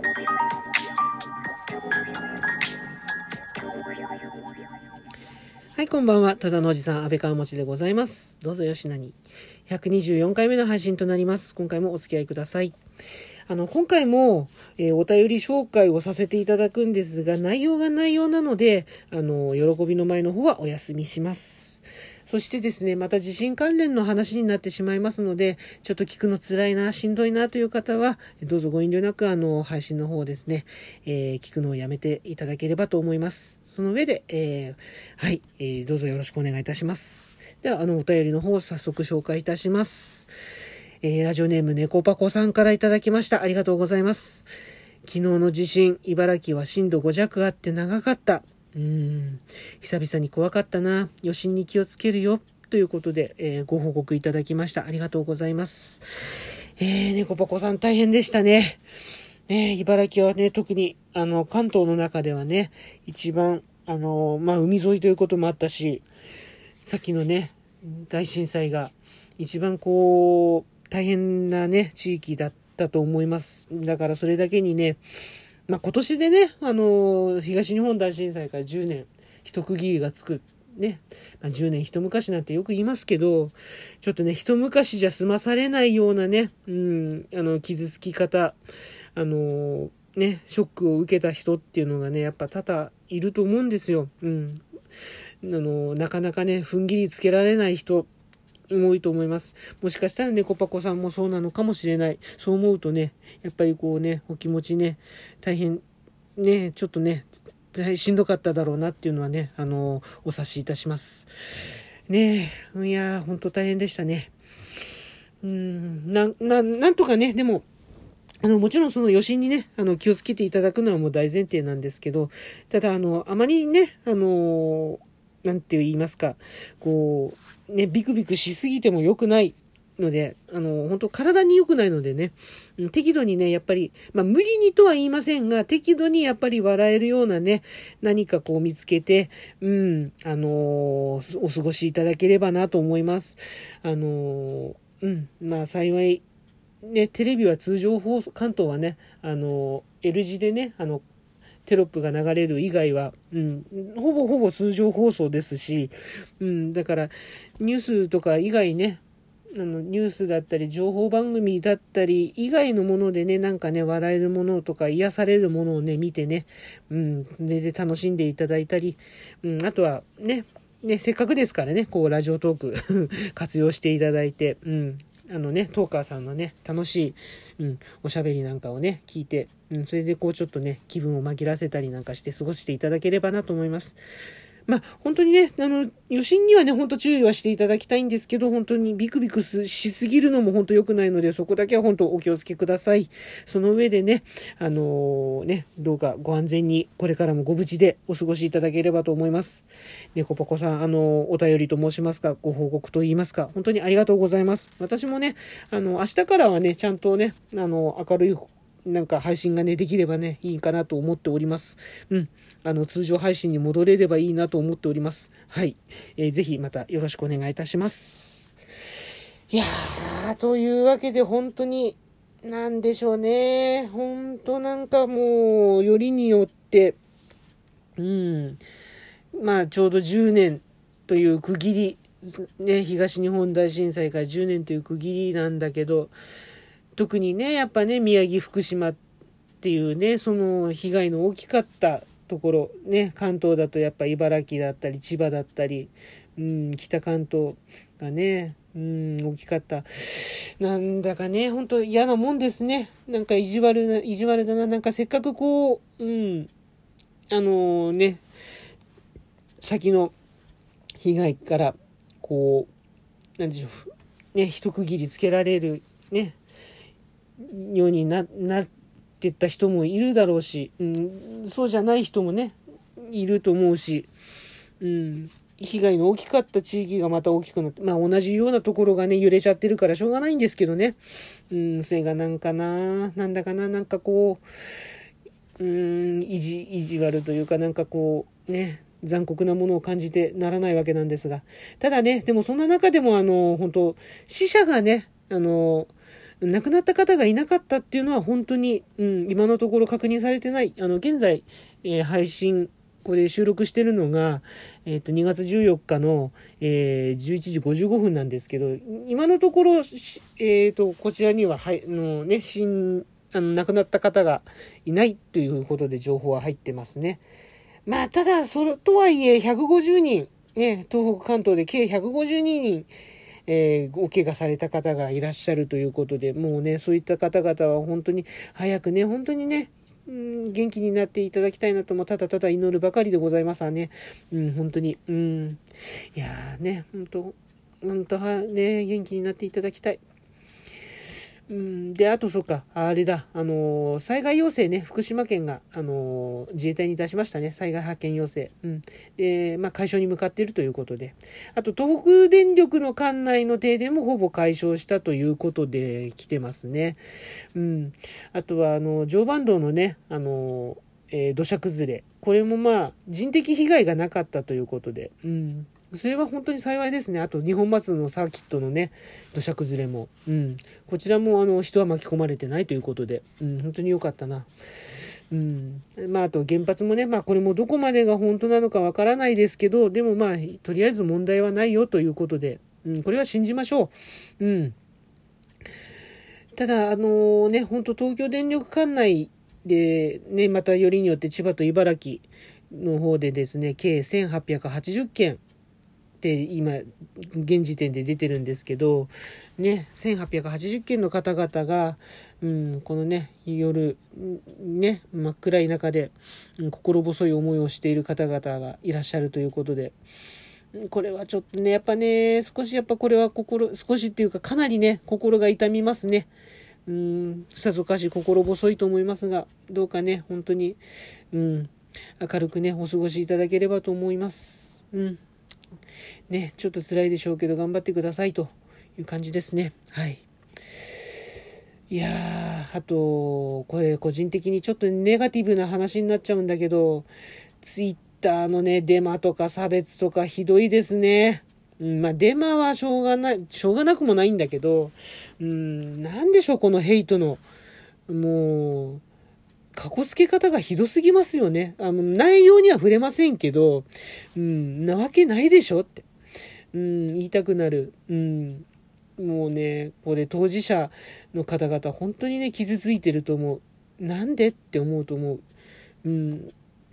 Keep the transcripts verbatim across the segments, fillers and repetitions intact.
はい、こんばんは。ただのおじさん、安倍川もちでございます。どうぞよしなに。ひゃくにじゅうよんかいめの配信となります。今回もお付き合いください。あの、今回も、えー、お便り紹介をさせていただくんですが、内容が内容なので、あの、喜びの舞の方はお休みします。そしてですね、また地震関連の話になってしまいますので、ちょっと聞くの辛いな、しんどいなという方は、どうぞご遠慮なく、あの、配信の方ですね、えー、聞くのをやめていただければと思います。その上で、えー、はい、えー、どうぞよろしくお願いいたします。では、あの、お便りの方を早速紹介いたします。えー、ラジオネーム猫パコさんからいただきました。ありがとうございます。昨日の地震、茨城は震度ご弱あって長かった。うーん久々に怖かったな。余震に気をつけるよ。ということで、えー、ご報告いただきました。ありがとうございます。えー、猫パコさん大変でしたね。ね、茨城はね、特に、あの、関東の中ではね、一番、あの、まあ、海沿いということもあったし、さっきのね、大震災が一番こう、大変なね、地域だったと思います。だからそれだけにね、まあ、今年でね、あの、東日本大震災からじゅうねん、一区切りがつく。ね。まあ、じゅうねん一昔なんてよく言いますけど、ちょっとね、一昔じゃ済まされないようなね、うん、あの、傷つき方、あの、ね、ショックを受けた人っていうのがね、やっぱ多々いると思うんですよ。うん。あの、なかなかね、踏ん切りつけられない人、多いと思います。もしかしたら猫パコさんもそうなのかもしれない。そう思うとね、やっぱりこうね、お気持ちね、大変、ね、ちょっとね、しんどかっただろうなっていうのはね、あの、お察しいたします。ねえ、いや、本当大変でしたね。うん、な、な、なんとかね、でも、あの、もちろんその余震にね、あの、気をつけていただくのはもう大前提なんですけど、ただ、あの、あまりね、あの、なんて言いますか、こう、ね、ビクビクしすぎても良くないので、あの、本当体に良くないのでね、適度にね、やっぱり、まあ、無理にとは言いませんが、適度にやっぱり笑えるようなね、何かこう見つけて、うん、あの、お過ごしいただければなと思います。あの、うん、まあ、幸い、ね、テレビは通常放送、関東はね、あの、L 字でね、あの、テロップが流れる以外は、うん、ほぼほぼ通常放送ですし、うん、だからニュースとか以外ね、あのニュースだったり情報番組だったり以外のものでね、なんかね、笑えるものとか癒されるものをね、見てね、うん、で、で楽しんでいただいたり、うん、あとはね、ね、せっかくですからね、こうラジオトーク活用していただいて、うん、あのね、トーカーさんのね、楽しい、うん、おしゃべりなんかをね、聞いて、うん、それでこうちょっとね、気分を紛らせたりなんかして過ごしていただければなと思います。まあ、本当にね、あの、余震にはね、本当注意はしていただきたいんですけど、本当にビクビクしすぎるのも本当良くないので、そこだけは本当お気をつけください。その上でね、あのー、ね、どうかご安全に、これからもご無事でお過ごしいただければと思います。猫パコさん、あのー、お便りと申しますか、ご報告と言いますか、本当にありがとうございます。私もね、あの、明日からはね、ちゃんとね、あの、明るい、なんか配信がね、できればね、いいかなと思っております。うん。あの、通常配信に戻れればいいなと思っております。はい。えー、ぜひまたよろしくお願いいたします。いやー、というわけで本当に、なんでしょうね。本当なんかもう、よりによって、うん。まあ、ちょうどじゅうねんという区切り、ね、東日本大震災からじゅうねんという区切りなんだけど、特にね、やっぱね、宮城、福島っていうね、その被害の大きかったところ、ね、関東だとやっぱ茨城だったり、千葉だったり、うん、北関東がね、うん、大きかった。なんだかね、本当嫌なもんですね。なんか意地悪な、意地悪だな。なんかせっかくこう、うん、あのー、ね、先の被害から、こう、なんでしょう、ね、一区切りつけられる、ね、ようにななってった人もいるだろうし、うん、そうじゃない人もねいると思うし、うん、被害の大きかった地域がまた大きくなって、まあ同じようなところがね揺れちゃってるからしょうがないんですけどね、うん、それがなんかななんだかななんかこう、うん、意地意地悪というかなんかこうね残酷なものを感じてならないわけなんですが、ただねでもそんな中でもあの本当死者がねあの亡くなった方がいなかったっていうのは本当に、うん、今のところ確認されてない。あの、現在、えー、配信、これ収録してるのが、えっと、にがつじゅうよっかの、えー、じゅういちじごじゅうごふんなんですけど、今のところ、えっと、こちらには、はい、のね、死ん、あの、亡くなった方がいないということで情報は入ってますね。まあ、ただ、それとはいえ、ひゃくごじゅうにん、ね、東北関東で計ひゃくごじゅうににん、えー、お怪我された方がいらっしゃるということで、もうね、そういった方々は本当に早くね、本当にね、うん、元気になっていただきたいなともただただ祈るばかりでございますわね。うん、本当に。うん。いやーね、本当、本当はね、元気になっていただきたい。うん、で、あとそうか、あれだ、あのー、災害要請ね、福島県が、あのー、自衛隊に出しましたね、災害派遣要請。うん。で、まあ、解消に向かっているということで。あと、東北電力の管内の停電もほぼ解消したということで来てますね。うん。あとは、あの、常磐道のね、あのー、えー、土砂崩れ。これもまあ、人的被害がなかったということで。うん。それは本当に幸いですね。あと、日本松のサーキットのね、土砂崩れも。うん。こちらも、あの、人は巻き込まれてないということで。うん、本当に良かったな。うん。まあ、あと、原発もね、まあ、これもどこまでが本当なのかわからないですけど、でもまあ、とりあえず問題はないよということで。うん、これは信じましょう。うん。ただ、あのね、本当東京電力管内で、ね、またよりによって千葉と茨城の方でですね、計せんはっぴゃくはちじゅっけん、って今現時点で出てるんですけどね、せんはっぴゃくはちじゅっけんの方々が、うん、このね夜ね真っ暗い中で、うん、心細い思いをしている方々がいらっしゃるということで、これはちょっとねやっぱね少しやっぱこれは心少しっていうかかなりね心が痛みますね。うん、さぞかし心細いと思いますが、どうかね本当に、うん、明るくねお過ごしいただければと思います。うんね、ちょっと辛いでしょうけど頑張ってくださいという感じですね。はい。いやー、あと、これ個人的にちょっとネガティブな話になっちゃうんだけど、ツイッターのね、デマとか差別とかひどいですね。うん、まあ、デマはしょうがない、しょうがなくもないんだけど、うん、なんでしょう、このヘイトの、もう、かこつけ方がひどすぎますよね。あの、内容には触れませんけど、うん、なわけないでしょって。うん、言いたくなる。うん。もうね、これ当事者の方々、本当にね、傷ついてると思う。なんでって思うと思う。うん。いや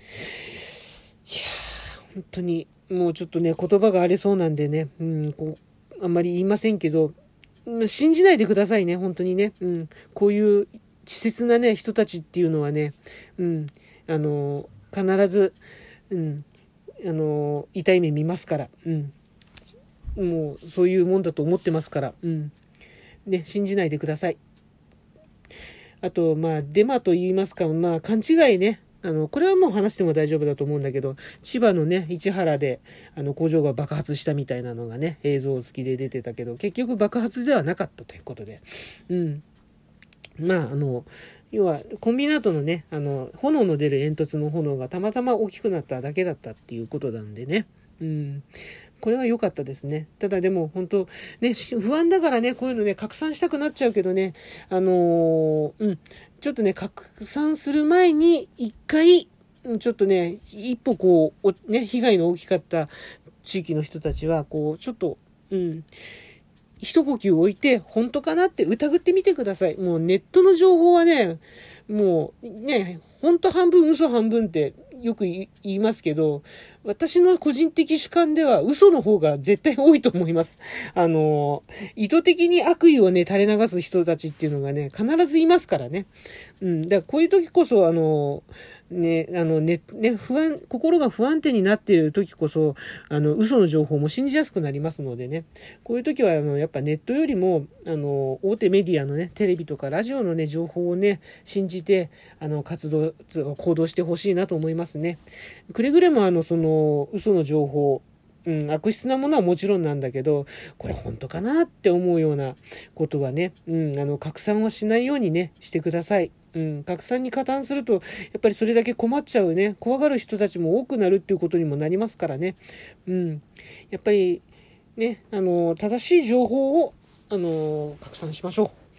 ー、本当に、もうちょっとね、言葉が荒れそうなんでね、うん、こう、あんまり言いませんけど、信じないでくださいね、本当にね。うん。こういう稚拙なね、人たちっていうのはね、うん。あの、必ず、うん。あの、痛い目見ますから。うん。もうそういうもんだと思ってますから、うん。ね、信じないでください。あと、まあ、デマと言いますか、まあ、勘違いね。あの、これはもう話しても大丈夫だと思うんだけど、千葉のね、市原で、あの、工場が爆発したみたいなのがね、映像付きで出てたけど、結局爆発ではなかったということで。うん。まあ、あの、要は、コンビナートのね、あの、炎の出る煙突の炎がたまたま大きくなっただけだったっていうことなんでね。うん。これは良かったですね。ただでも本当ね、不安だからね、こういうのね、拡散したくなっちゃうけどね、あのー、うん、ちょっとね、拡散する前に一回、ちょっとね、一歩こう、ね、被害の大きかった地域の人たちは、こう、ちょっと、うん、一呼吸置いて、本当かなって疑ってみてください。もうネットの情報はね、もうね、本当半分嘘半分ってよく言いますけど、私の個人的主観では嘘の方が絶対多いと思います。あの、意図的に悪意をね、垂れ流す人たちっていうのがね、必ずいますからね。うん。だからこういう時こそ、あの、ね、あのね、ね、不安、心が不安定になっている時こそ、あの、嘘の情報も信じやすくなりますのでね。こういう時は、あの、やっぱネットよりも、あの、大手メディアのね、テレビとかラジオのね、情報をね、信じて、あの、活動、行動してほしいなと思いますね。くれぐれも、あの、その、嘘の情報、うん、悪質なものはもちろんなんだけど、これ本当かなって思うようなことはね、うん、あの、拡散はしないようにね、してください。うん、拡散に加担すると、やっぱりそれだけ困っちゃうね、怖がる人たちも多くなるっていうことにもなりますからね。うん、やっぱり、ね、あの、正しい情報を、あの、拡散しましょ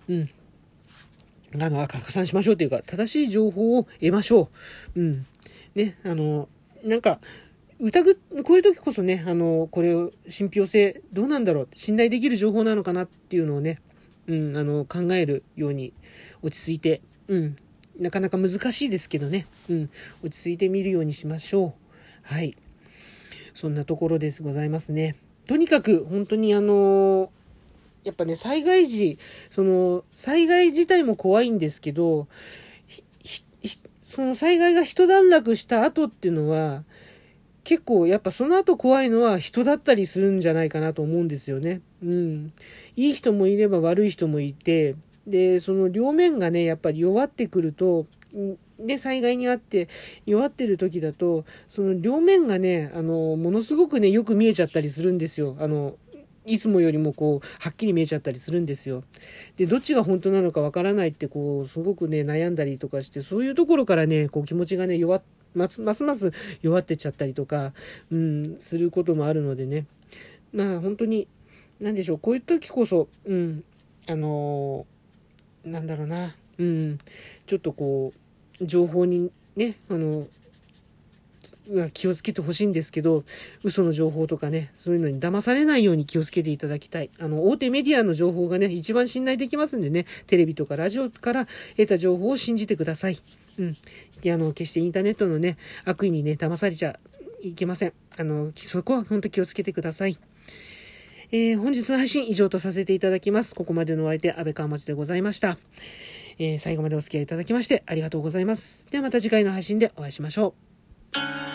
うん。あの、拡散しましょうというか、正しい情報を得ましょう。うん。ね、あの、なんか、疑う、こういう時こそね、あの、これを、信憑性、どうなんだろう、信頼できる情報なのかなっていうのをね、うん、あの、考えるように、落ち着いて、うん、なかなか難しいですけどね、うん、落ち着いて見るようにしましょう。はい。そんなところですございますね。とにかく、本当にあの、やっぱね、災害時、その、災害自体も怖いんですけど、その災害が一段落した後っていうのは、結構やっぱその後怖いのは人だったりするんじゃないかなと思うんですよね。うん。いい人もいれば悪い人もいて、で、その両面がね、やっぱり弱ってくると、で、災害にあって弱ってる時だと、その両面がね、あの、ものすごくね、よく見えちゃったりするんですよ。あの、いつもよりもこう、はっきり見えちゃったりするんですよ。で、どっちが本当なのかわからないって、こう、すごくね、悩んだりとかして、そういうところからね、こう、気持ちがね、弱っますますます弱ってっちゃったりとか、うん、することもあるのでね。まあ、本当に、なんでしょう、こういう時こそ、うん、あのー、なんだろうな、うん、ちょっとこう、情報にね、あの、気をつけてほしいんですけど、嘘の情報とかね、そういうのに騙されないように気をつけていただきたい。あの、大手メディアの情報がね、一番信頼できますんでね、テレビとかラジオから得た情報を信じてください。うん。あの、決してインターネットのね、悪意にね、騙されちゃいけません。あの、そこは本当気をつけてください。えー、本日の配信以上とさせていただきます。ここまでのお相手、安倍川町でございました。えー、最後までお付き合いいただきましてありがとうございます。ではまた次回の配信でお会いしましょう。